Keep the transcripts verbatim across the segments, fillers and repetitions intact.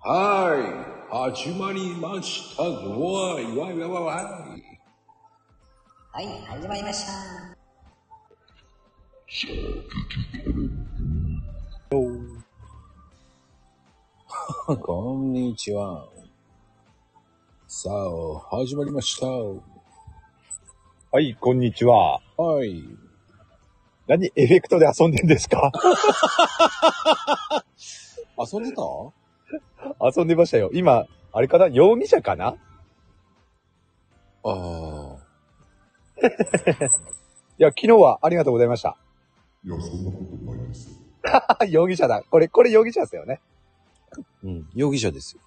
はい、始まりましたぞ。わいわいわいわい。 はい、始まりました。 こんにちは。さあ、始まりました。 はい、こんにちは。 はい。 何エフェクトで遊んでんですか？ 遊んでた？ 遊んでましたよ。今、あれかな？容疑者かな？ ああ。 いや、昨日はありがとうございました。 いや、そんなことないですよ。 容疑者だ。これ、これ容疑者ですよね。 うん、容疑者ですよ。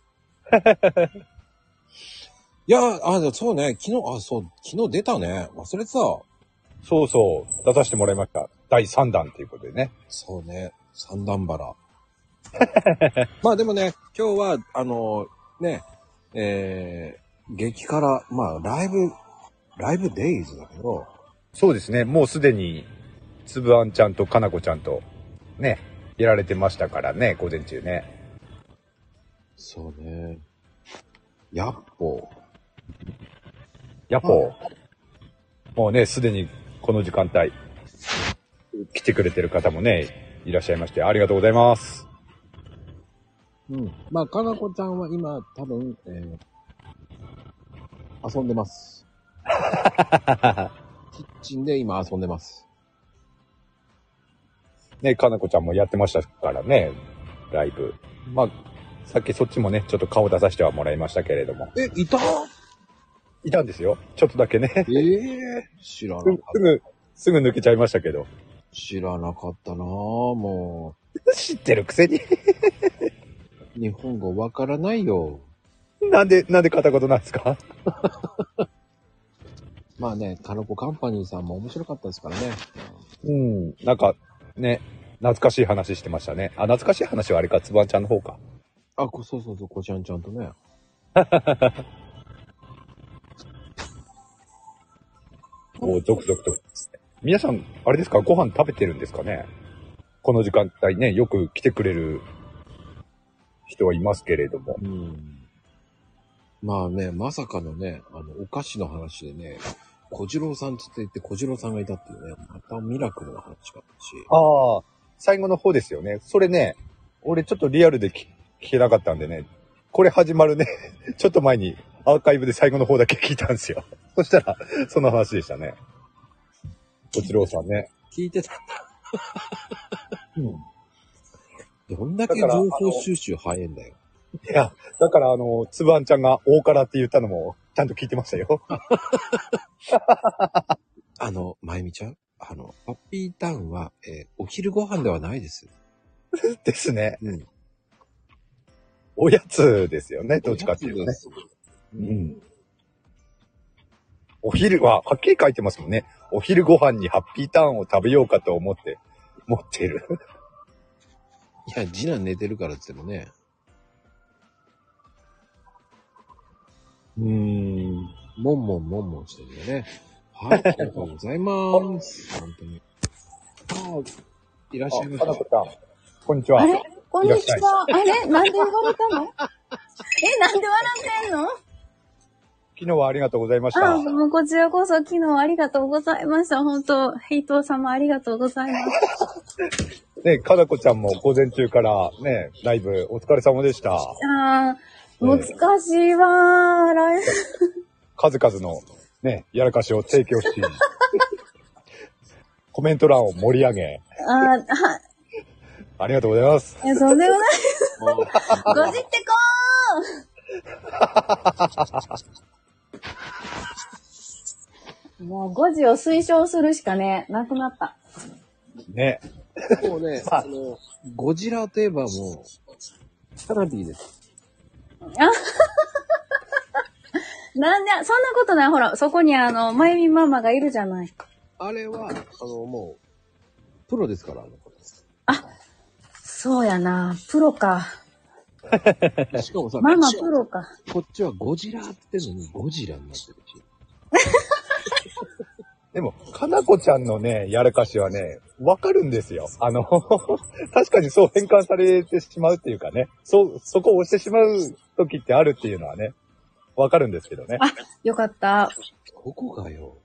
いや、あ、そうね、昨日、あ、そう、昨日出たね。忘れてた。 そうそう、出させてもらいました。だいさんだんということでね。 そうね、三段腹。まあでもね、今日は、あの、ね、えー、激辛、まあ、ライブ、ライブデイズだけど。 そうですね、もうすでに、つぶあんちゃんとかなこちゃんと、ね、やられてましたからね、午前中ね。 そうね。やっぽ。 やっぽ、もうね、すでにこの時間帯、来てくれてる方もね、いらっしゃいまして、ありがとうございます。 うん。まあ、かなこちゃんは今、多分、えー、遊んでます。キッチンで今遊んでます。 ね、かなこちゃんもやってましたからね、ライブ。まあ、さっきそっちもね、ちょっと顔出させてはもらいましたけれども。 え、いた？ いたんですよ。ちょっとだけね。 ええー、知らなかった。 すぐ、すぐ抜けちゃいましたけど。 知らなかったなぁ、も知ってるくせに。 う。日本語わからないよ。 なんで、なんで片言なんですか？ まあね、かのこカンパニーさんも面白かったですからね。 うん。なんか、ね、懐かしい話してましたね。あ、懐かしい話はあれか、つばんちゃんの方か。 あ、こそうそうそう、こちゃんちゃんとね。 もう、ゾクゾクと。皆さん、あれですか、ご飯食べてるんですかね？この時間帯ね、よく来てくれる人はいますけれども。 うん。まあね、まさかのね、あの、お菓子の話でね、小次郎さんつって言って小次郎さんがいたっていうね、またミラクルな話があったし。 ああ、最後の方ですよね。それね、俺ちょっとリアルで聞聞けなかったんでね、これ始まるね、ちょっと前にアーカイブで最後の方だけ聞いたんですよ。そしたら、その話でしたね。こちろうさんね。 聞いてたんだ。 うん。 どんだけ情報収集早いんだよ。 いや、だからあの、つばんちゃんが大辛って言ったのも、ちゃんと聞いてましたよ。 あの、まゆみちゃんあの、ハッピーターンは、えーお昼ご飯ではないです。 ですね。 うん。 おやつですよね、どっちかっていうとね。 う。 うんん。お昼は、はっきり書いてますもんね。お昼ご飯にハッピーターンを食べようかと思って、持ってる。 いや、次男寝てるからって言ってもね。うーん。もんもんもんもんしてるんだよね。はい、ありがとうございます。本当に。ああ、いらっしゃいまかなせ。 こちゃん、こんにちは。 あれこんにちは。あれなんで言われたの？え、なんで笑ってんの？ 昨日はありがとうございました。 あ、もうこちらこそ昨日ありがとうございました。本当ヘイト様ありがとうございます。 ね、かなこちゃんも午前中からね、ライブお疲れ様でした。 あー、難しいわー。ライブ数々のね、やらかしを提供し、コメント欄を盛り上げ、 あー、は、 ありがとうございます。 いや、そんでもない。ごじってこーもうごじを推奨するしかね、なくなった。 ね。 もうね、あの、ゴジラといえばもう、サラビーです。 あなんで、そんなことない。ほら、そこにあの、まゆみママがいるじゃない。 あれは、あの、もう、プロですから、あの子。 あ、そうやな。プロか。 しかもさ、 ママこっちはプロか。 こっちはゴジラってのにゴジラになってるし。 でも、かなこちゃんのね、やらかしはね、わかるんですよ。あの、確かにそう変換されてしまうっていうかね、そう、そこを押してしまう時ってあるっていうのはね、わかるんですけどね。 あ、よかった。 ここがよ。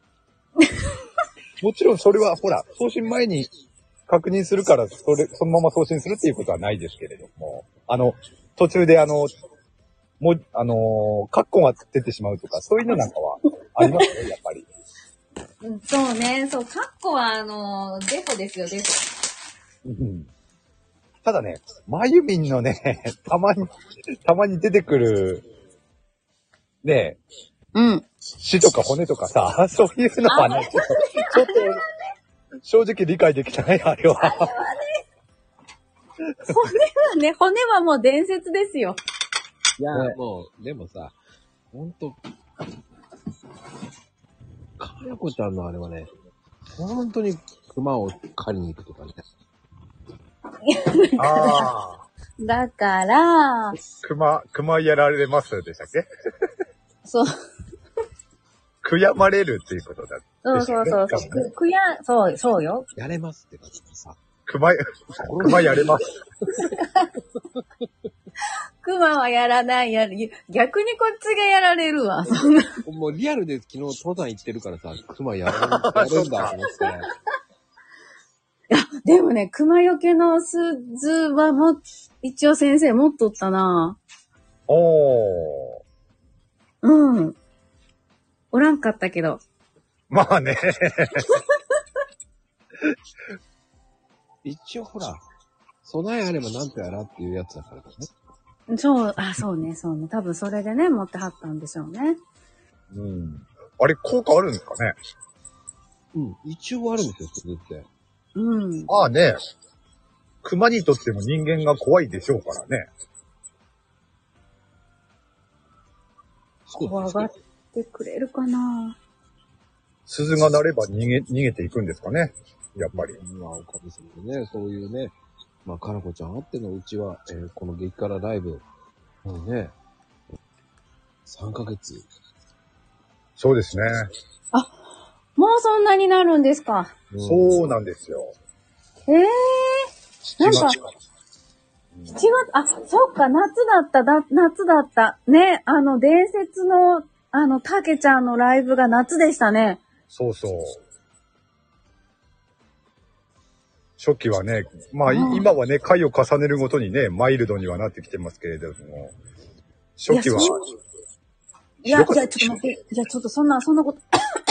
もちろんそれは、ほら、送信前に確認するから、それ、そのまま送信するっていうことはないですけれども、あの、途中であの、もう、あのー、カッコが出てしまうとか、そういうのなんかはありますね、やっぱり。 そうね、そう、カッコはあの、デフォですよ、デフォ。 うん、ただね、まゆみんのね、たまに、たまに出てくる、ね、 うん。 血とか骨とかさ、そういうのはね、ちょっと、ちょっと、正直理解できない、あれは。 骨はね、骨はもう伝説ですよ。 いや、 ね、 もう、でもさ、ほんと、かやこちゃんのあれはね、本当に熊を狩りに行くとかね。 ああ。 だから、 熊、熊やられますでしたっけ？ そう。 悔やまれるっていうことだ。 そうそうそうそう。く、くや、そう、そうよ。 やれますって感じでさ。 熊、熊やれます。 熊はやらないやる。逆にこっちがやられるわ。そんな。 もうリアルで昨日登山行ってるからさ、熊やる、やるんだと思って。 いや、でもね、熊よけの鈴はも、一応先生持っとったな。 おー。 うん。おらんかったけど。 まあね。 一応ほら、備えあればなんとやらっていうやつだからね。 そう、あ、そうね、そうね。多分それでね、持ってはったんでしょうね。 うん。あれ、効果あるんですかね？ うん、一応あるんですよ、鈴って。 うん。 ああね。熊にとっても人間が怖いでしょうからね。 怖がってくれるかな。 鈴が鳴れば逃げ、逃げていくんですかね。やっぱり。 まあ、おかみさんでね、そういうね、まあ、かなこちゃんあってのうちは、えー、この激辛ライブ、もうね、さんかげつ。 そうですね。 あ、もうそんなになるんですか。 うん、そうなんですよ。 ええー、なんか、しちがつ、あ、そっか、夏だった、だ、夏だった。ね、あの、伝説の、あの、たけちゃんのライブが夏でしたね。 そうそう。初期はね、まあ、うん、今はね、回を重ねるごとにね、マイルドにはなってきてますけれども、初期は。 いや、いや、いや、ちょっと待って、いや、ちょっとそんな、そんなこと。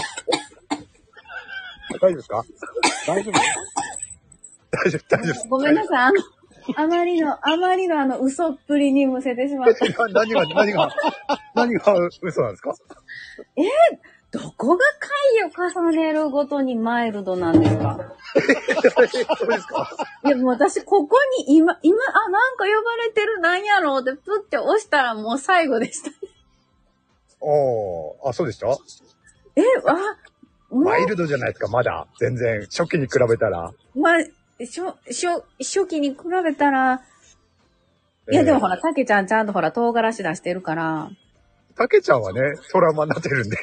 大丈夫ですか？大丈夫大丈夫、大丈夫。 ごめんなさい、あの、あまりの、あまりのあの、嘘っぷりにむせてしまった。 何が、何が、何が嘘なんですか？ えー、どこが回を重ねるごとにマイルドなんですか？ そうですか？ いや、もう私、ここに今、今、あ、なんか呼ばれてる、なんやろうって、プって押したらもう最後でした。 おー、あ、そうでした？ え、あ、 マイルドじゃないですか、まだ。全然、初期に比べたら。 まあ、初、初、初期に比べたら、いや、でもほら、たけちゃんちゃんとほら、唐辛子出してるから。 たけちゃんはね、トラウマになってるんで。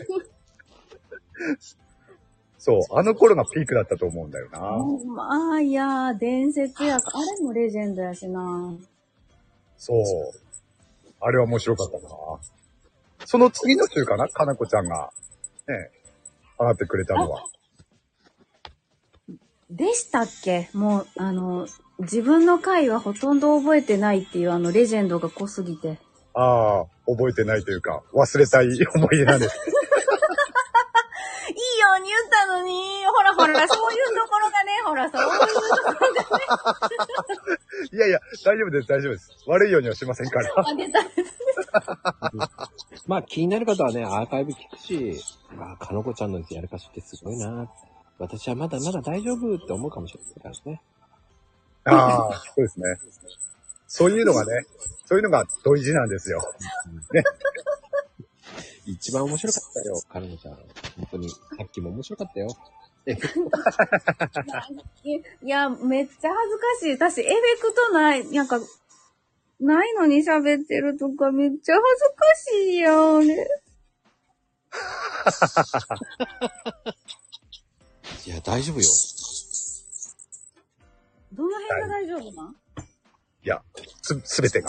そう、あの頃がピークだったと思うんだよな。 まあ、いや、伝説や、あれもレジェンドやしな。 そう。あれは面白かったな。その次の週かな、かなこちゃんが、ね、上がってくれたのは。 でしたっけ？もう、あの、自分の回はほとんど覚えてないっていうあのレジェンドが濃すぎて。 ああ、覚えてないというか、忘れたい思い出なんです。 いいように言ったのに、ほらほら、そういうところがね、ほら、そういうところがね。 いやいや、大丈夫です、大丈夫です。悪いようにはしませんから。 あ、出た。 まあ、気になる方はね、アーカイブ聞くし、まあ、かのこちゃんのやるかしってすごいな。私はまだまだ大丈夫って思うかもしれないからね。 ああ、そうですね。そういうのがね、そういうのが同意地なんですよ。ね。 一番面白かったよ、かのこちゃん。本当に。さっきも面白かったよ。 いや、めっちゃ恥ずかしい。私、エフェクトない、なんか、ないのに喋ってるとかめっちゃ恥ずかしいよ、ね。 いや、大丈夫よ。 どの辺が大丈夫なん？ いや、す、すべてが。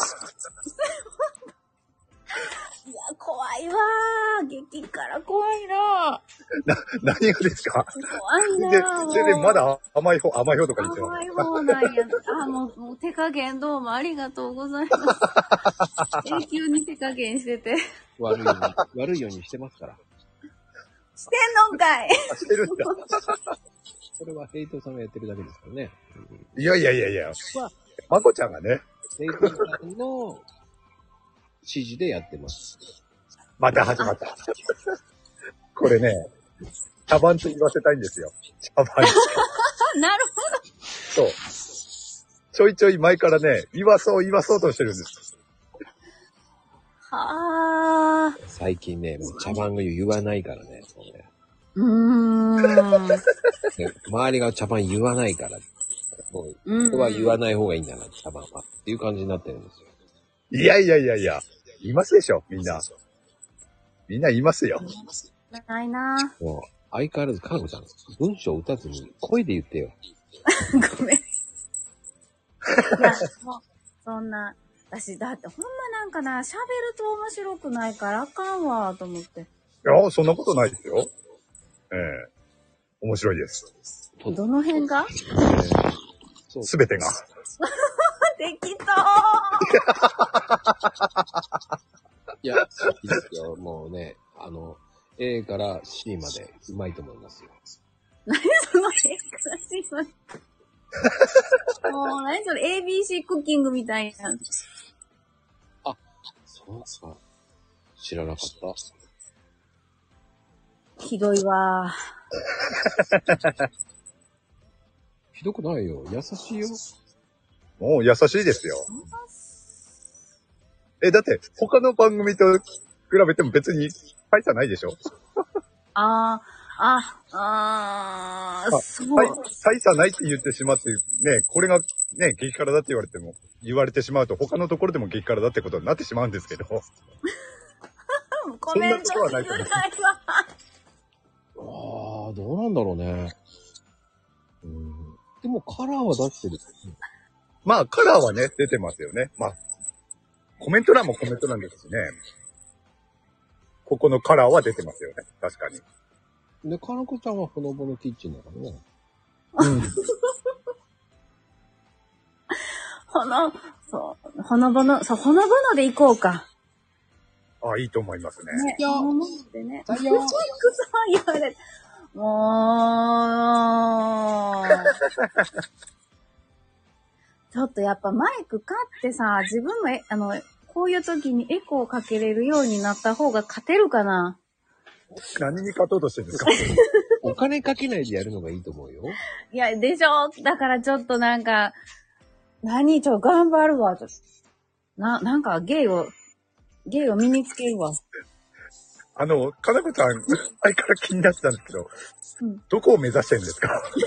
いや、怖いわー。激辛怖いなな、何がですか？ ー。怖いなで、 ー。 で、で、まだ甘い方、甘い方とか言ってます。 甘い方なんや。あ、もう、もう手加減どうもありがとうございます。永久に手加減してて。 悪いように、悪いようにしてますから。 してんのかい。 あ、してるんだ。 それはヘイトさんがやってるだけですからね。 いやいやいやいや。 まあ、 まこちゃんがね、 ヘイトさんの指示でやってます。 また始まった。これね、茶番と言わせたいんですよ。茶番。 なるそう。ちょいちょい前からね、言わそう言わそうとしてるんです。 ほど。はー。 最近ね、もう茶番を言わないからね。もうねうーん。 で周りが茶番言わないから、もう、 うん人は言わない方がいいんだな、茶番は。っていう感じになってるんですよ。 いやいやいやいや、いますでしょ、みんな。みんないますよ。 ないなもう、相変わらず、かなこちゃん、文章を打たずに声で言ってよ。 ごめん。いや、もう、そんな、私、だってほんまなんかな、喋ると面白くないからあかんわ、と思って。 いや、そんなことないですよ。ええ面白いです。 どの辺が？ そう。 すべてが。 適当いや、いいですよ。もうね、あの、A から C までうまいと思いますよ。 何その変化しまもう、何それ エービーシー クッキングみたいな。 そうか。知らなかった。 ひどいわ。 ひどくないよ。優しいよ。 もう優しいですよ。え、だって、他の番組と比べても別に大差ないでしょ？ あー、あ、あー、そう。 大大差ないって言ってしまって、ね、これがね、激辛だって言われても、言われてしまうと他のところでも激辛だってことになってしまうんですけど。 コメントしづらいわ。 ああ、どうなんだろうね。うん。でもカラーは出してる。 まあ、カラーはね、出てますよね。まあ、コメント欄もコメント欄ですしね。ここのカラーは出てますよね。確かに。 で、かなこちゃんはほのぼのキッチンだからね。 うん。 ほの、そう、ほのぼの、そう、ほのぼので行こうか。 ああ、いいと思いますね。 ね、 いやほのぼのでね。 採用くそ言われもう、ちょっとやっぱマイク買ってさ、自分もえ、あの、こういう時にエコーかけれるようになった方が勝てるかな。 何に勝とうとしてるんですか？ お金かけないでやるのがいいと思うよ。 いや、でしょ？だからちょっとなんか、何ちょ、頑張るわ。ちょっとな、なんか芸を、芸を身につけるわ。 あの、かなこちゃん、前から気になってたんですけど、 うん、 どこを目指してるんですか？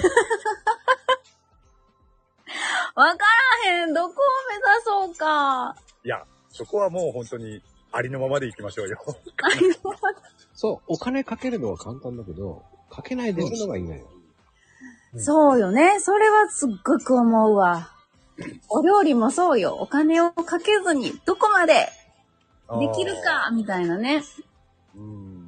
わからへん。どこを目指そうか。 いや、そこはもう本当にありのままでいきましょうよ。 そう、お金かけるのは簡単だけど、かけないでやるのがいいのよ。 そうよね。それはすっごく思うわ。お料理もそうよ。お金をかけずに、どこまでできるか、みたいなね。 うん。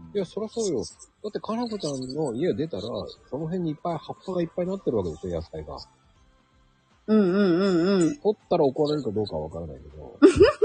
いや、そりゃそうよ。だって、かなこちゃんの家出たら、その辺にいっぱい葉っぱがいっぱいになってるわけですよ、野菜が。 うんうんうんうん。 取ったら怒られるかどうかはわからないけど。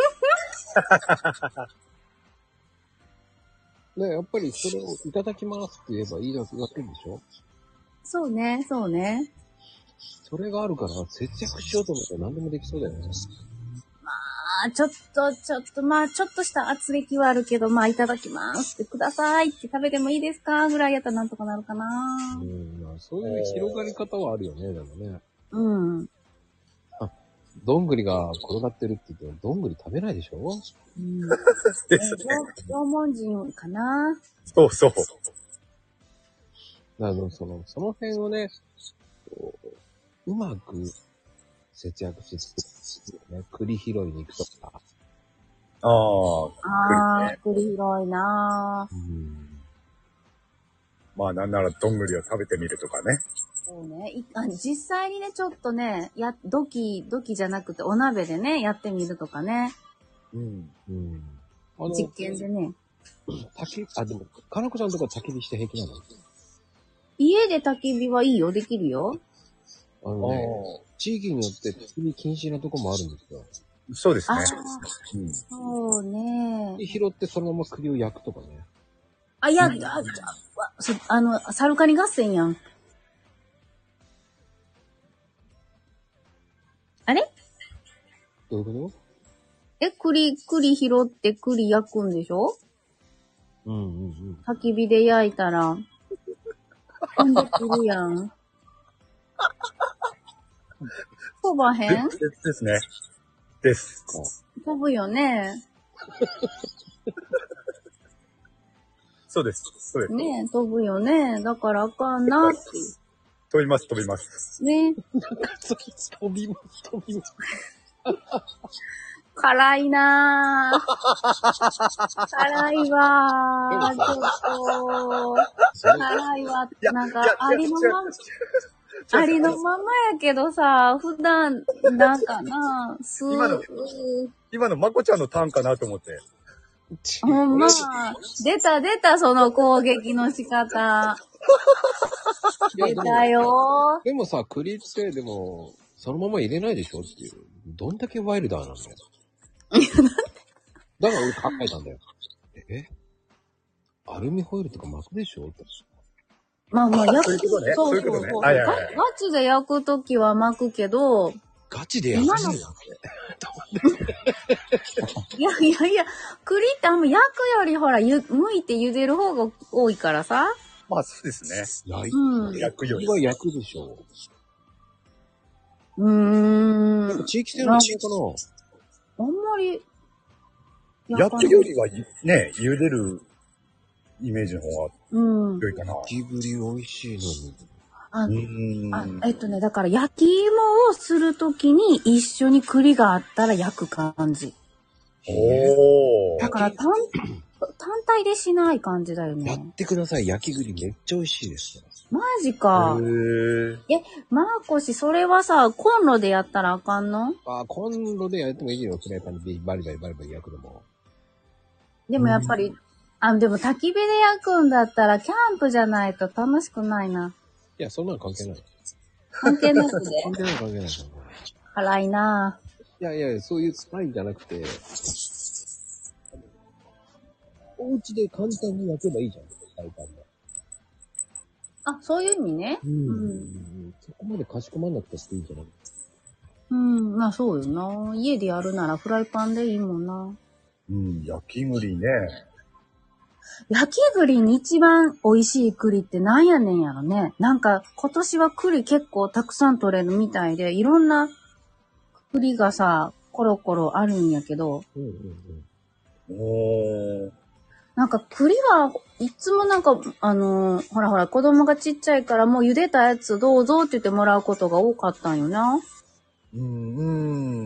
ね、やっぱりそれをいただきますって言えばいいだけでしょ？ そうね、そうね。 それがあるから、節約しようと思ったら何でもできそうだよね。 あー、ちょっと、ちょっと、まあ、ちょっとした圧力はあるけど、まあ、いただきますってくださいって食べてもいいですかぐらいやったらなんとかなるかな。 うん、まあ、そういう広がり方はあるよね、でもね。 うん。 どんぐりが転がってるって言っても、どんぐり食べないでしょ？ うん。 ですね。 縄文人かな。 そうそう。 あの、その、その辺をね、うまく節約して作るね。栗拾いに行くとか。 ああ、栗ね。 あー、栗広いなうん。 まあなんならどんぐりを食べてみるとかね。 そうね。いあ実際にね、ちょっとね、や、ドキ、ドキじゃなくてお鍋でね、やってみるとかね。 うん。 うん。あの、 実験でね。 焚き、あ、でも、かなこちゃんとか焚き火して平気なの？ 家で焚き火はいいよ、できるよ。 あのね、地域によって焚き火禁止なとこもあるんですよ。 そうですね。 ああ、 うん、 そうね。 で拾ってそのまま栗を焼くとかね。 あ、いや、あ、あ、そあの、サルカニ合戦やん。あれ？ どういうこえ、栗、栗拾って栗焼くんでしょ？ と？うんうんうん。 焚き火で焼いたら、飛んでくるやん。飛ばへん？ でですね。です。 飛ぶよね。 そうです。そうです。 ねえ、飛ぶよね。だからあかんなって。 飛びます、飛びます。 ね。 飛びます、飛びます。 辛いなぁ。辛いわー。ちょっと。辛いわ。なんか、ありのまま、ありのままやけどさ、普段、なんかな、す今の、今のまこちゃんのターンかなと思って。 ほんま、出た出た、その攻撃の仕方。出たよー。でもさ、栗って、でも、そのまま入れないでしょっていう。どんだけワイルダーなんだよ。だから俺考えたんだよ。えアルミホイルとか巻くでしょって。 まあまあ、焼く。 そういうことね。そういうことね。 ガガチで焼くときは巻くけど、 ガチで焼くんだって。 いやいやいや、栗ってあんま焼くよりほら、ゆ、剥いて茹でる方が多いからさ。 まあそうですね。 焼い、 うん、 焼くより。 は焼くでしょ。 うーん。 地域性の違いかな。あんまり。 焼くよりはね、茹でるイメージの方が強いかな。 焼き栗美味しいのに。 ああ、えっとね、だから焼き芋をするときに一緒に栗があったら焼く感じ。 おー。 だから単、単体でしない感じだよね。 やってください。焼き栗めっちゃ美味しいですから。 マジか。 へー。 え、マーコシ、それはさ、コンロでやったらあかんの？ あ、コンロでやってもいいよ。フライパンでバリバリバリバリ焼くのも。 でもやっぱり、あ、でも焚き火で焼くんだったら、キャンプじゃないと楽しくないな。 いや、そんなの関係ない。 関係なくで。 関係ない関係ない。 辛いなぁ。 いやいや、そういうスパイじゃなくて、お家で簡単に焼けばいいじゃん。フライパンで。 あ、そういう意味ね。 うん。うん、そこまでかしこまんなくていいんじゃない？ うん、まあそうよな。家でやるならフライパンでいいもんな。 うん、焼き栗ね。 焼き栗に一番美味しい栗ってなんやねんやろね。なんか今年は栗結構たくさん取れるみたいで、いろんな栗がさ、コロコロあるんやけど。 うんうんうん。おー。 なんか栗はいつもなんか、あのー、ほらほら子供がちっちゃいからもう茹でたやつどうぞって言ってもらうことが多かったんよな。 うん、うん。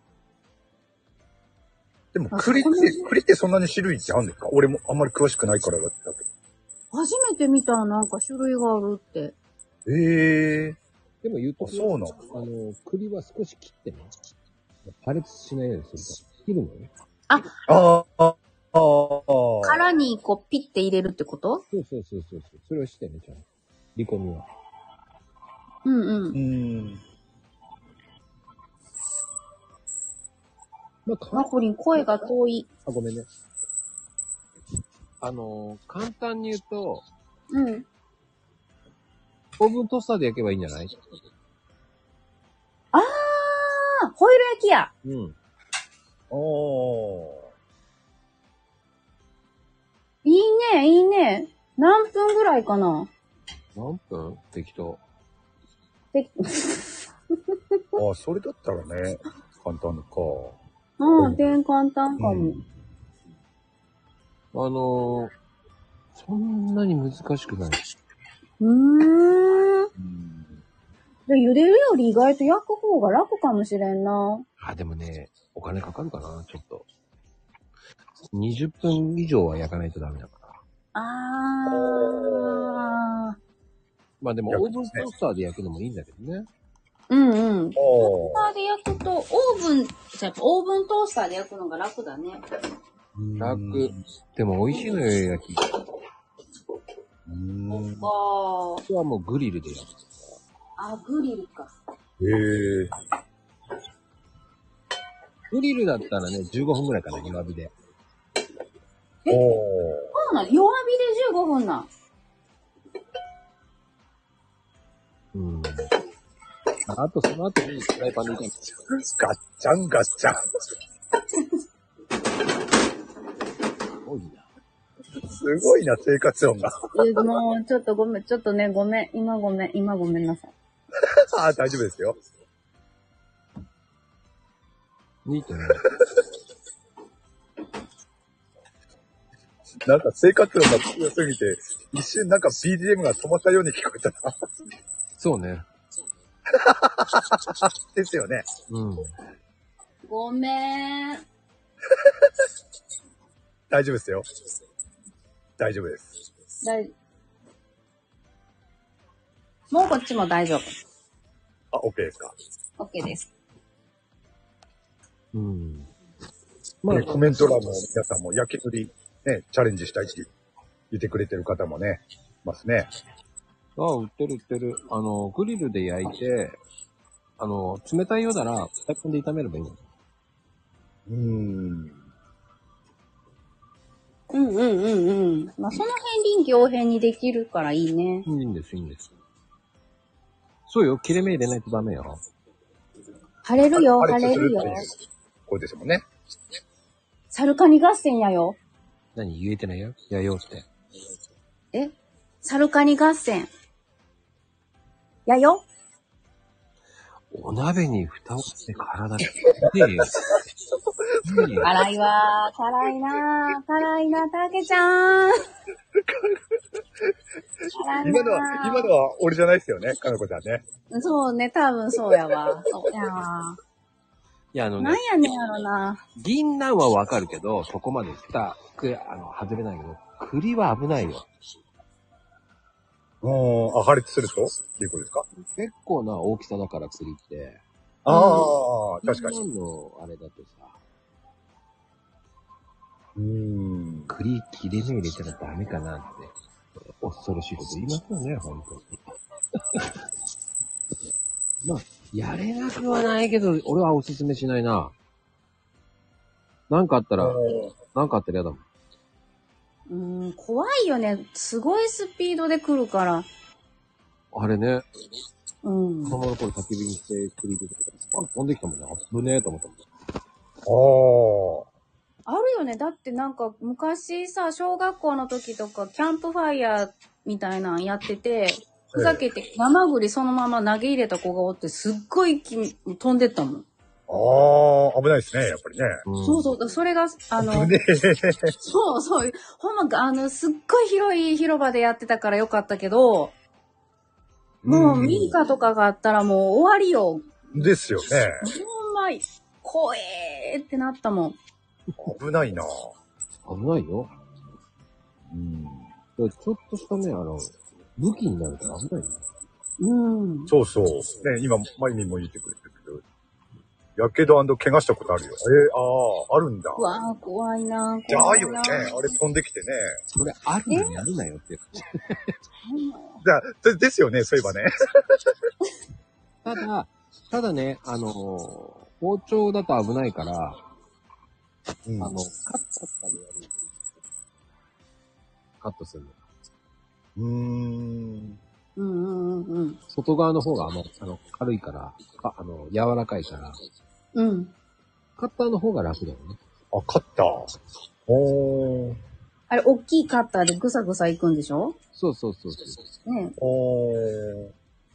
でも栗って、栗ってそんなに種類ってあるんですか？俺もあんまり詳しくないからだけど。 初めて見たなんか種類があるって。 ええー。 でも言うと、 そうなの？ あの、栗は少し切ってね。破裂しないようにするから。切るのね。 あ、 ああ、ああ。 殻にこうピッて入れるってこと？ そうそうそうそう。それをしてね、ちゃんと。煮込みは。 うんうん。 うん。 まあ、マコリン声が遠い。 あ、ごめんね。あのー、簡単に言うと、 うん。 オーブントースターで焼けばいいんじゃない？ あー、ホイル焼きや。 うん。 おー。 いいね、いいね。何分ぐらいかな？ 何分？適当。 でああ、それだったらね、簡単か。 うん、全簡単かも。うん、 あのー、そんなに難しくない。 うーん。うんで茹でるより意外と焼く方が楽かもしれんな。 あ、でもね、お金かかるかな、ちょっと。にじゅっぷん以上は焼かないとダメだから。 あまあでもオーブントースターで焼くのもいいんだけどね。 うんうん。トおースターで焼くと、オーブン、じゃあやっぱオーブントースターで焼くのが楽だね。 楽。でも美味しいのよ、焼き。 うーん。 あここはもうグリルで焼く。 あ、あ、グリルか。 へえ。 グリルだったらね、じゅうごふんぐらいかな、弱火で。 おー。 そうなん、弱火でじゅうごふんなん。 うん。あと、その後にフライパンで炒めて。 ガッチャンガッチャン。 多いな。 すごいな、生活音が。 えもう、ちょっとごめん、ちょっとね、ごめん。今ごめん、今ごめんなさい。 ああ、大丈夫ですよ。 いいと思う。 なんか生活音が強すぎて、一瞬なんか ビージーエム が止まったように聞こえたな。 そうね。 ですよね。 うん。 ごめん。 大丈夫ですよ。大丈夫です。 大もうこっちも大丈夫。 あ、OK ですか。 OK です。 うん。 まあ、ね、コメント欄の皆さんも焼き鳥ね、チャレンジしたいって言ってくれてる方もね、いますね。 ああ、売ってる売ってる。あの、グリルで焼いて、あの、冷たいようなら、フライパンで炒めればいいの。 うーん。 うんうんうんうん。まあ、その辺臨機応変にできるからいいね。 いいんです、いいんです。そうよ、切れ目入れないとダメよ。 晴れるよ、晴れるよ。 これですもんね。 サルカニ合戦やよ。 何言えてないよやよって。 えサルカニ合戦。やよお鍋に蓋をして体で。ねえよ。 辛いわー、辛いなー、辛いな、たけちゃん。 今のは、今のは俺じゃないですよね、かなこちゃんね。 そうね、多分そうやわ。そうやわ。 いや、あのね。 なんやねんやろな。 銀杏はわかるけど、そこまで蓋、く、あの、外れないけど、栗は危ないよ。 うーん、あ、破裂するとっていうことですか？ 結構な大きさだから栗って。 ああ、確かに。 銀杏のあれだとさ、 うーん。 栗切れ目入れたらダメかなって、恐ろしいこと言いますよね、ほんとに。まあ、やれなくはないけど、俺はおすすめしないな。なんかあったら、なんかあったらやだもん。 うーん、怖いよね。すごいスピードで来るから。 あれね、 うん。 子供の頃焚き火にして栗出てきたら、飛んできたもんね。危ねえと思ったもん。 ああ。 あるよね。だってなんか昔さ、小学校の時とかキャンプファイヤーみたいなのやってて、ふざけて生栗そのまま投げ入れた子がおってすっごいき飛んでったもん。 ああ、危ないですね、やっぱりね。 うん、 そうそう。それが、あの、 ね、 そうそう。ほんま、あの、すっごい広い広場でやってたからよかったけど、もう民家とかがあったらもう終わりよ。 ですよね。 ほんま、怖えーってなったもん。 危ないな。 危ないよ。 うん。 ちょっとしたね、あの、武器になるから危ないよ。 うん。 そうそう。ね、今、マイミンも言ってくれてるけど、やけど怪我したことあるよ。えー、ああ、あるんだ。 うわー、怖いなー。 だよね。あれ飛んできてね。 それあるのにやるなよって。 だですよね、そういえばね。 ただ、ただね、あのー、包丁だと危ないから、 うん、 あの、カットしたりやる。カットするの。 うーん。 うんうんうんうん。 外側の方があの、あの軽いから、かあの、柔らかいから、 うん。 カッターの方が楽だよね。 あ、カッター。おー。 あれ、大きいカッターでぐさぐさいくんでしょ？ そうそうそうそう。 ね。 おー。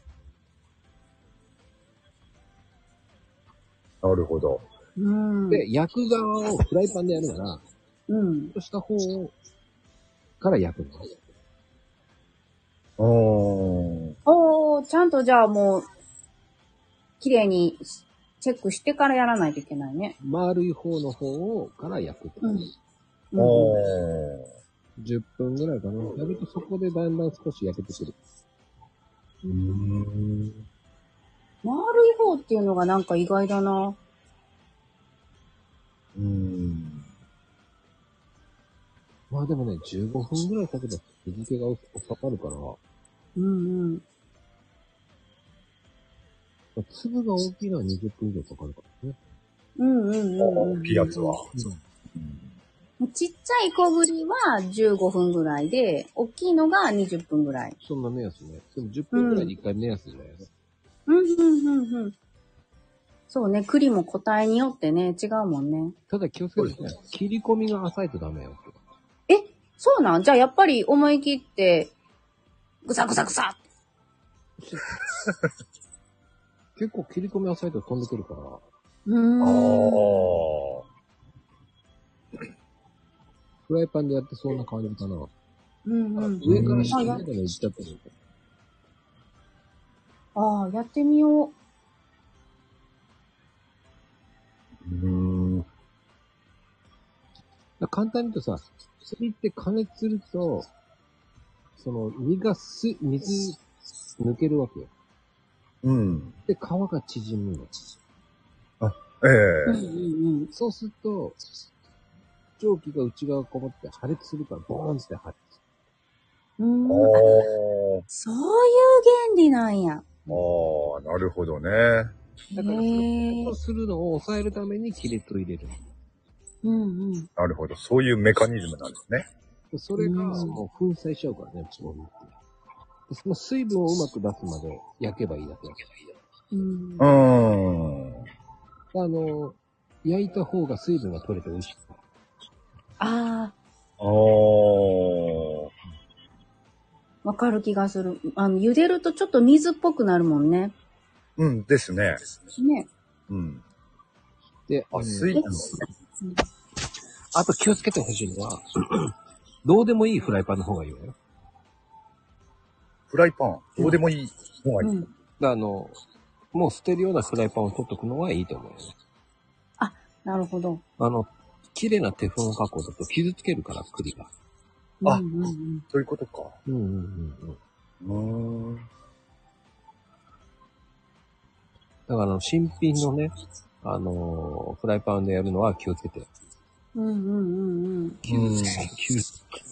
なるほど。 うん。 で、焼く側をフライパンでやるなら、 うん。 そうした方から焼くの。 おー。 おー、ちゃんとじゃあもう、綺麗にチェックしてからやらないといけないね。 丸い方の方をから焼く。 うん。 おー。 じゅっぷんぐらいかな。やるとそこでだんだん少し焼けてくる。 うーん。 丸い方っていうのがなんか意外だな。 うーん。 まあでもね、じゅうごふんぐらいかけたら日付が収まるから、 うんうん。 粒が大きいのはにじゅっぷん以上かかるからね。 うんうんうんうん。 大きいやつは。 ちっちゃい小ぶりはじゅうごふんぐらいで、大きいのがにじゅっぷんぐらい。 そんな目安ね。でもじゅっぷんぐらいにいっかい目安じゃないですか。 うんうんうんうん。そうね、栗も個体によってね、違うもんね。 ただ気をつけてね、切り込みが浅いとダメよ。 え、そうなん？じゃあやっぱり思い切って、ぐさぐさぐさ結構切り込み浅いと飛んでくるから。 うーん。 ああ。 フライパンでやってそうな感じかな。 うんうん。 上から下までのいっちゃってる。 ああ、やってみよう。 うーん。 簡単に言うとさ、釣りって加熱すると、その身がす、水抜けるわけよ。 うん。 で、皮が縮むの。 ええうんうんうん。 そうすると、蒸気が内側こもって破裂するからボーンって破裂。 うーん。 ああ、そういう原理なんや。 あ。ああ、なるほどね。 だから、 へえそうするのを抑えるために亀裂を入れる。 うんうん。 なるほど。そういうメカニズムなんですね。 それがうんもう粉砕しちゃうからね、もうでその水分をうまく出すまで焼けばいいだけ。 うんうーん。 あの、焼いた方が水分が取れて美味しい。 ああ、 ああ。 わかる気がする。あの、茹でるとちょっと水っぽくなるもんね。 うんですね。 ね。 うん。 で、 あ、 あ水分。 あと気をつけてほしいのは、どうでもいいフライパンの方がいいわよ。 フライパン。どうでもいい方がいい。 うん。 あの、もう捨てるようなフライパンを取っとくのはいいと思うよね。 なるほど。 あの、綺麗なテフロン加工だと傷つけるから、栗が。 あうんうんうん。 そういうことか。 うんうんうんうん。 うーん。 だからあの、新品のね、あのーフライパンでやるのは気をつけて。 うんうんうんうん。 傷つけ、傷つけ。だ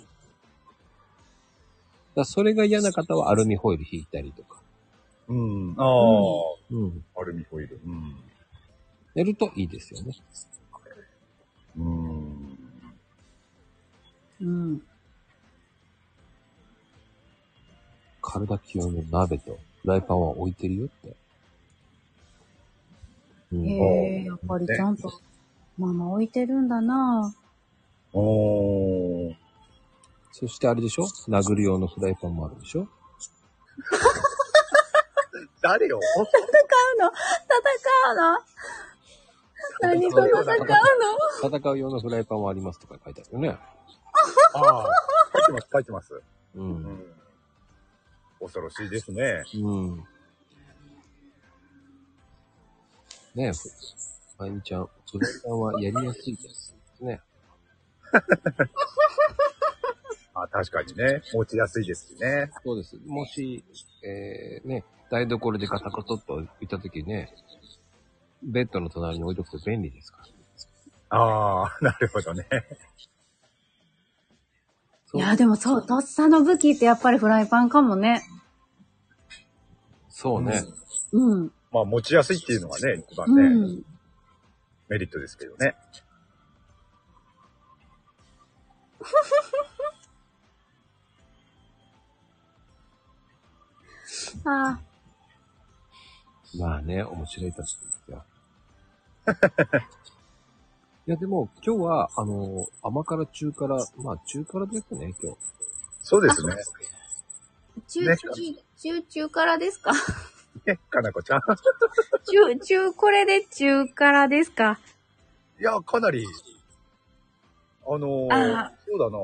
からそれが嫌な方はアルミホイル引いたりとか。 うん。ああ、 うん。 アルミホイル。うん。 やるといいですよね。 うーん。 うん。 体気温の鍋とフライパンは置いてるよって。うん、 へえ、やっぱりちゃんと、ママ置いてるんだな。 おー。 そしてあれでしょ？殴る用のフライパンもあるでしょ？ 誰よ戦うの戦うの何と戦うの戦う用のフライパンもありますとか書いてあるよね。 ああ、書いてます、書いてます。 う。 うんん。恐ろしいですね。 うん。ねえ、まゆみちゃん、フライパンはやりやすいですね。 あ、確かにね。持ちやすいですしね。 そうです。もし、えー、ね、台所でガタコトっといったときね、ベッドの隣に置いとくと便利ですから。 ああ、なるほどね。 いや、でもそう、とっさの武器ってやっぱりフライパンかもね。 そうね。 うん。 まあ、持ちやすいっていうのがね、一番うね、 ん。 メリットですけどね。 ああ。 まあね、面白いと思うんですよ。いや、でも、今日は、あの、甘辛中辛、まあ中辛ですね、今日。 そうですね。 中、 ね中、中、中辛ですかね、かなこちゃん。 中、中、これで中辛ですか？ いや、かなり、あのー、 あそうだな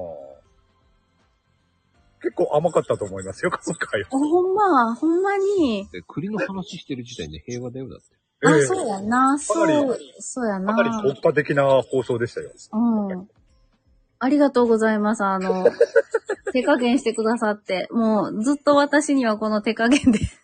結構甘かったと思いますよ、今回は。 ほんま、ほんまに。 で、栗の話してる時点で平和だよ、だって。 あ、 ええそうやな。そかなう、そうやかなりな。 突破的な放送でしたよ。 うん。ありがとうございます。あの、 手加減してくださって、もうずっと私にはこの手加減で。い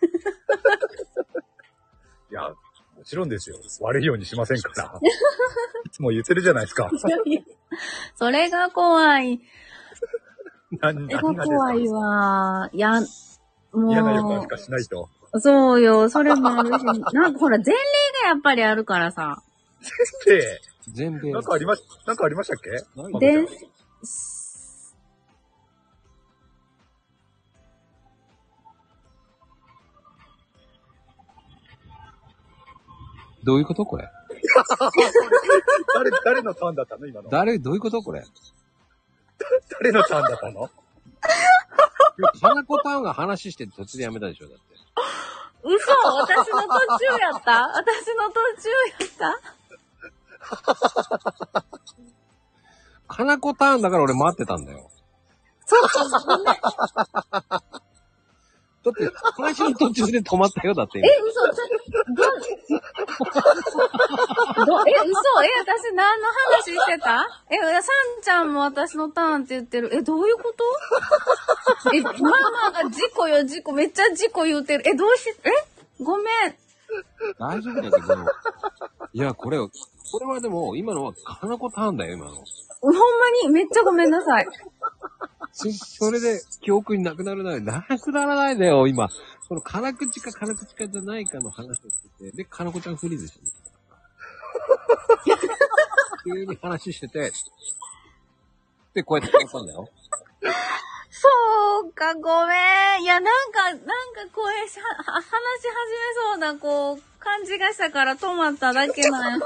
や、もちろんですよ。悪いようにしませんから。いつも言ってるじゃないですか。 それが怖い。 何それが怖いわ。いや、もう。 嫌な予感しかしないと。 そうよ、それもあるし。なんかほら、前例がやっぱりあるからさ。 前例全米。 なんかありまし、なんかありましたっけ？ で、 どういうことこれ？ 誰、誰のターンだったの今の。 誰、どういうことこれ？ 誰のターンだったの？ 花子ターンが話して途中でやめたでしょだって。 嘘、私の途中やった私の途中やった花子ターンだから俺待ってたんだよ。 そうそう、ごめん。 だって、話の途中で止まったよ、だって。 え、嘘、ちょっと、ど、ど、え、嘘、え、私何の話してたえ、さんちゃんも私のターンって言ってる。え、どういうことえ、まあまあ、事故よ、事故。めっちゃ事故言うてる。え、どうし、えごめん。 大丈夫だけど。いや、これ、これはでも、今のは花子ターンだよ、今の。 ほんまに、めっちゃごめんなさい。 そ、それで記憶になくならない。なくならないでよ、今。その、辛口か辛口かじゃないかの話をしてて、で、かなこちゃんフリーズしてる。急に話してて、で、こうやって止まったんだよ。 そうか、ごめん。いや、なんか、なんか声し、は、話し始めそうな、こう、感じがしたから止まっただけなんや。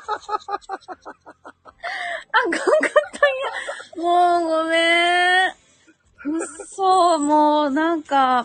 あかんかったんや。もうごめん。うっそ、もうなんか。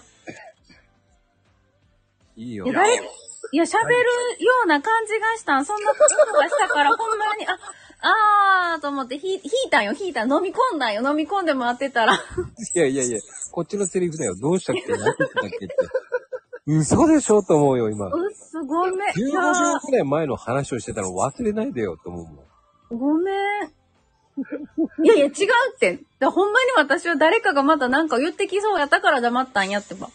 いいよ。 いや、誰、いや、喋るような感じがしたん。そんなことがしたから、ほんまに、あ、あーと思って、ひ、引いたんよ、引いたん。飲み込んだんよ、飲み込んでもらってたら。 いやいやいや、こっちのセリフだよ。どうしたっけ何言ってたっけって。嘘でしょと思うよ、今。 うっそ、ごめん。 じゅうごびょうくらい前の話をしてたの忘れないでよと思うもん。 ごめん。いやいや、違うって。だほんまに私は誰かがまたなんか言ってきそうやったから黙ったんやってば。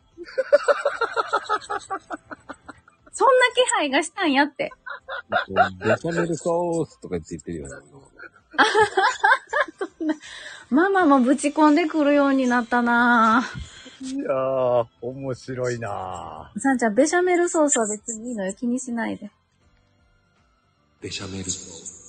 そんな気配がしたんやって。 ベシャメルソースとか言って言ってるよね。 そんなママもぶち込んでくるようになったなぁ。 いやー、面白いなぁ。さんちゃん、ベシャメルソースは別にいいのよ。気にしないで。 ベシャメルソース。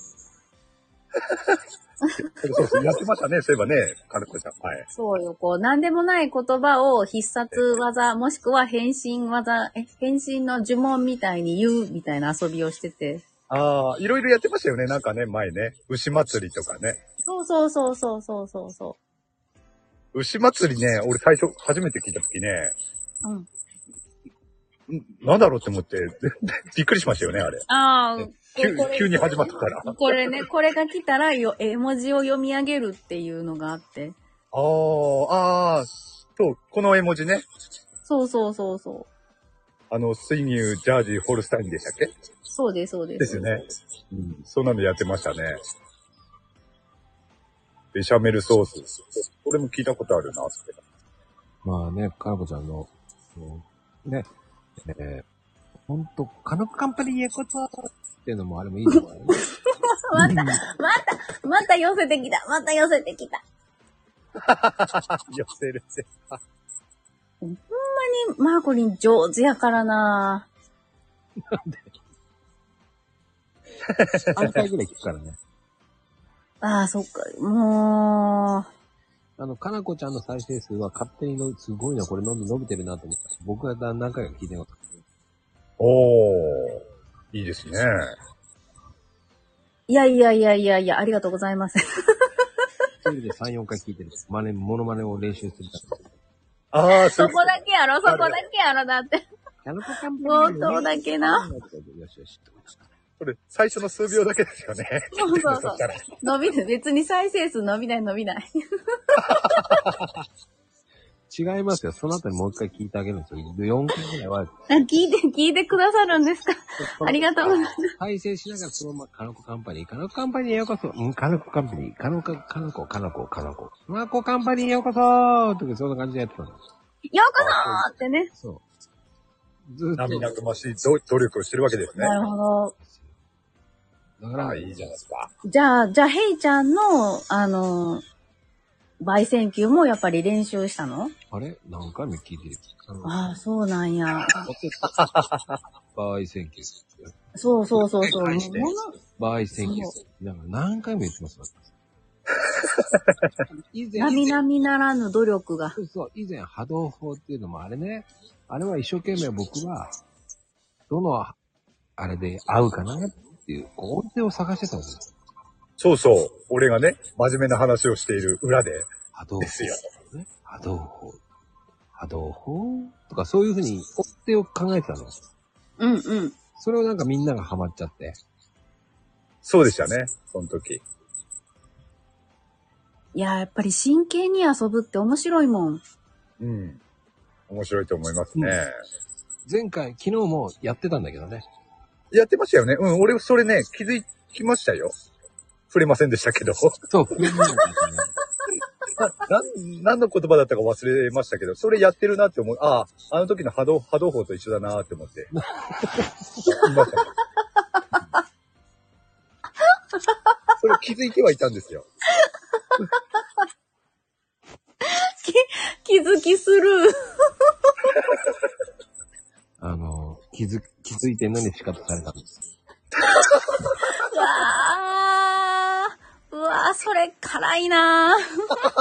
そうそう、やってましたね、そういえばね、かなこちゃん。はい。 そうよ、こう、なんでもない言葉を必殺技、もしくは変身技、え、変身の呪文みたいに言うみたいな遊びをしてて。 ああ、いろいろやってましたよね、なんかね、前ね。牛祭りとかね。 そうそうそうそうそうそうそう。 牛祭りね、俺最初、初めて聞いたときね、 うん。 んなんだろうって思って、びっくりしましたよね、あれ。 ああ、 急急に始まったから。 これね、これが来たらよ、絵文字を読み上げるっていうのがあって。 ああ、ああ、そう、この絵文字ね。 そうそうそうそう。 あの、水乳、ジャージー、ホルスタインでしたっけ？ そうです、そうです。 ですよね。うん、そんなのやってましたね。ベシャメルソース。これも聞いたことあるな、って。 まあね、かなこちゃんの、ね、えー、ほんと、カノコカンパニーへこそっていうのもあれもいいのかな、ね。 また、また、また寄せてきた。また寄せてきた。 寄せるって。 ほんまにマーコリン上手やからなぁ。 なんでさんかいぐらい聞くからね。 ああ、そっか。もう。あの、かなこちゃんの再生数は勝手にの、すごいな、これ伸び伸びてるなと思った。僕は何回か聞いてます。 おー、いいですね。 いやいやいやいやいや、ありがとうございます。 一人でさん、よんかい聞いてる。真似、モノマネを練習するために。 ああ、 そこだけやろ、そこだけやろ、だって。 カノコカンパニー冒頭だけな。 よしよし。 これ、最初の数秒だけですよね。 そうそうそう。伸びる。別に再生数伸びない伸びない。 違いますよ。その後にもう一回聞いてあげるんですよ。よんかいぐらいは。 あ、聞いて、聞いてくださるんですか？ありがとうございます。 再生しながらそのまま、かのこカンパニー、かのこカンパニーへようこそ。うん、かのこカンパニー、かのこ、かのこ、かのこ、かのこ。かのこカンパニーへようこそーとか、そんな感じでやってたの。 ようこそーってね。 そう。ずっと。 涙ぐましい努努力をしてるわけですね。 なるほど。 だから、 ああ、いいじゃないですか。 じゃあ、じゃあ、ヘイちゃんの、あの、焙煎球もやっぱり練習したの？ あれ何回も聞いてる。 ああ、そうなんや。 焙煎機。 そうそうそうそう。 焙煎機。だから何回も言ってます。以前、 並々ならぬ努力が。 そうそう、以前波動砲っていうのもあれね、あれは一生懸命僕は、どの、あれで合うかなっていう、音程を探してたんですよ。 そうそう。俺がね、真面目な話をしている裏で。 波動砲ですよ。 ね。波動砲。波動砲とかそういうふうに音程を考えてたの。 うんうん。 それをなんかみんながハマっちゃって。 そうでしたね、その時。 いや、やっぱり真剣に遊ぶって面白いもん。 うん。面白いと思いますね。 うん、前回、昨日もやってたんだけどね。 やってましたよね。うん、俺それね、気づきましたよ。触れませんでしたけど。そう、触れませんでしたね。な、何の言葉だったか忘れましたけど、それやってるなって思う。ああ、あの時の波動、波動砲と一緒だなって思って。言いましたね。それ気づいてはいたんですよ。 気づきする。 あの、気づ、気づいてんのに仕方されたんです。 うわー、うわー、それ辛いなー。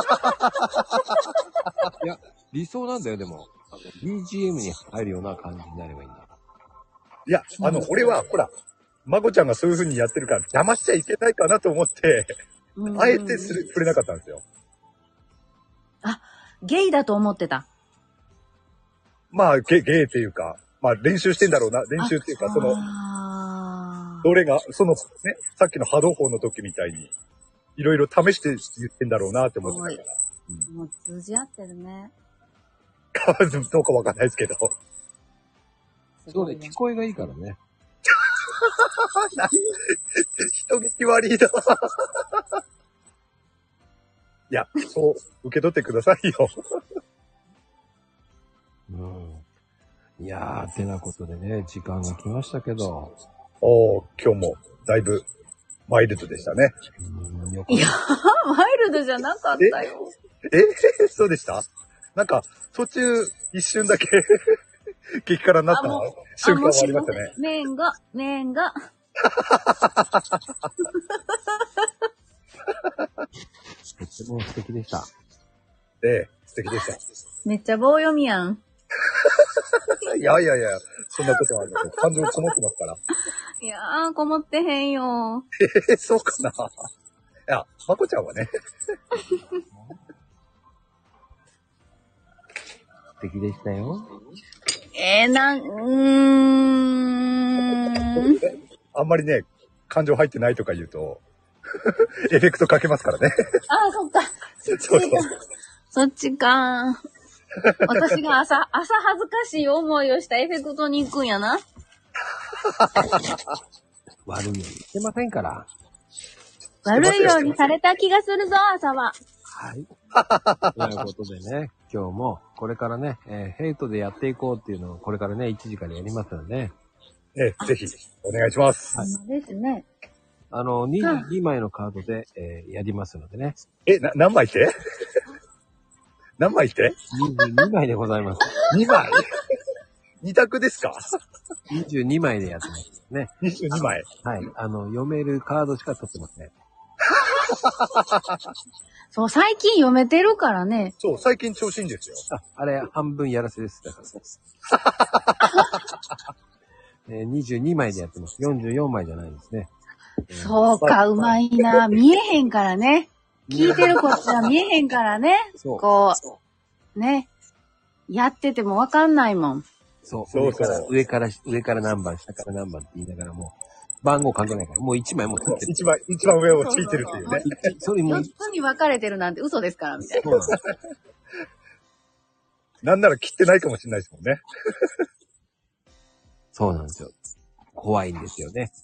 いや、理想なんだよ、でも。ビージーエム に入るような感じになればいいんだ。 いや、あの、俺は、ほら、まこちゃんがそういう風にやってるから邪魔しちゃいけないかなと思って、あえてする、触れなかったんですよ。 あ、ゲイだと思ってた。 まあ、ゲ、ゲイっていうか、まあ練習してんだろうな。練習っていうか、その、どれが、そのね、さっきの波動砲の時みたいに、いろいろ試して言ってんだろうなって思ってたから。 うん、もう通じ合ってるね。 どうかわかんないですけど。 そうね、聞こえがいいからね。 人聞き悪いな。いや、そう、受け取ってくださいよ。 うん。いやー、てなことでね、時間が来ましたけど。 おー、今日もだいぶマイルドでしたね。 うん、よいや、マイルドじゃなかったよ。 え、えそうでした？なんか、途中、一瞬だけ、激辛になった瞬間もありましたね。 麺が、麺が。 とっても素敵でした。 ええ、素敵でした。 めっちゃ棒読みやん。 いやいやいや、そんなことはありません。感情こもってますから。 いやー、こもってへんよ。 えー、そうかな。いや、まこちゃんはね。 素敵でしたよ。 えー、なん、うーん。 あんまりね、感情入ってないとか言うと、エフェクトかけますからね。 ああ、そっか。そっちか。そっちか。私が朝、朝恥ずかしい思いをしたエフェクトに行くんやな。 悪いようにしてませんから。 悪いようにされた気がするぞ、朝は。 はい。ということでね、今日もこれからね、えー、ヘイトでやっていこうっていうのをこれからね、いちじからやりますので、 ね、ぜひお願いします。 はい、ですね。 あの、にじゅうにまいのカードで、えー、やりますのでね。 え、な、何枚って何枚ってにじゅうにまいでございます。 にまい ?に 択ですか ? にじゅうにまいでやってますね。 にじゅうにまい。 はい。あの、読めるカードしか取ってません。 そう、最近読めてるからね。 そう、最近調子いいんですよ。 あ、あれ、半分やらせです。だから、えー、にじゅうにまいでやってます。よんじゅうよんまいじゃないですね。 そうか、うまいな。見えへんからね。聞いてるこっちは見えへんからね。そうこう、ね。やっててもわかんないもん。 そう。そうそう。上から、上から何番、下から何番って言いながらも、番号関係ないから、もういちまいも取ってる。 一番、一番上をついてるっていうね。 それも。 よっつに分かれてるなんて嘘ですから、みたいな。そうなんです。 なんなら切ってないかもしれないですもんね。 そうなんですよ。怖いんですよね。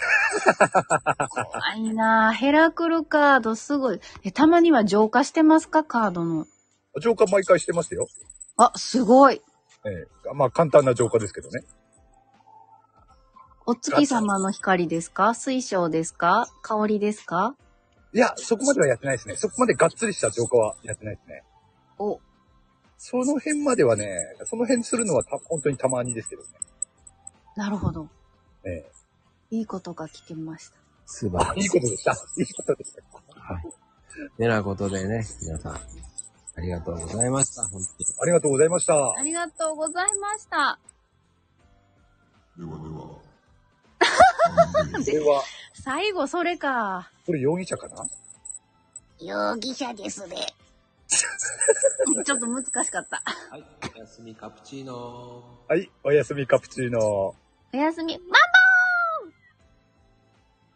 怖いなぁ。ヘラクルカードすごい。え、たまには浄化してますかカードの。 浄化毎回してますよ。 あ、すごい。 ええ、まあ簡単な浄化ですけどね。 お月様の光ですか水晶ですか香りですか？ いや、そこまではやってないですね。そこまでがっつりした浄化はやってないですね。 お、 その辺まではね、その辺するのはた本当にたまにですけどね。 なるほど。 ええ、 いいことが聞けました。 素晴らしい。 いいことでした。いいことでした。 はい。てなことでね、皆さん、ありがとうございました。本当に。 ありがとうございましたあ。りがとうございました。 ではでは。 では、 最後それか。 これ容疑者かな？ 容疑者ですね。ちょっと難しかった。 はい。おやすみカプチーノはい、おやすみカプチーノ。 おやすみ。ママ